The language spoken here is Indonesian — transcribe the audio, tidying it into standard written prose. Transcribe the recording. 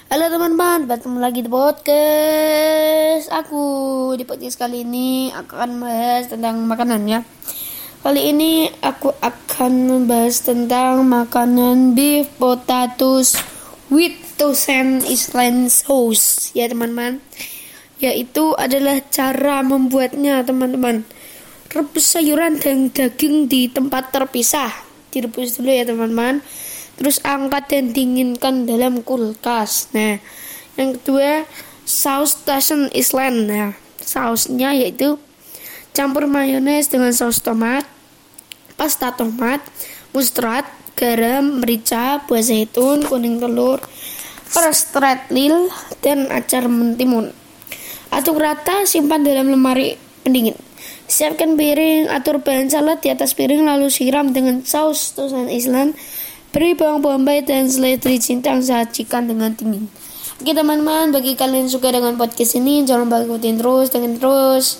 Halo teman-teman, bertemu lagi di podcast aku. Di podcast kali ini aku akan membahas tentang makanan ya. Kali ini aku akan membahas tentang makanan beef potatoes with Thousand Island sauce ya teman-teman. Yaitu adalah cara membuatnya teman-teman. Rebus sayuran dan daging di tempat terpisah. Direbus dulu ya teman-teman. Terus angkat dan dinginkan dalam kulkas. Nah, yang kedua saus Thousand Island. Nah, sausnya yaitu campur mayones dengan saus tomat, pasta tomat, mustard, garam, merica, buah zaitun, kuning telur, peres red lil, dan acar mentimun. Aduk rata, simpan dalam lemari pendingin. Siapkan piring, atur bahan salad di atas piring, lalu siram dengan saus Thousand Island. Beri bawang bombay dan seledri cincang, sajikan dengan dingin. Oke teman-teman, bagi kalian yang suka dengan podcast ini, jangan lupa ikutin terus, dengerin terus.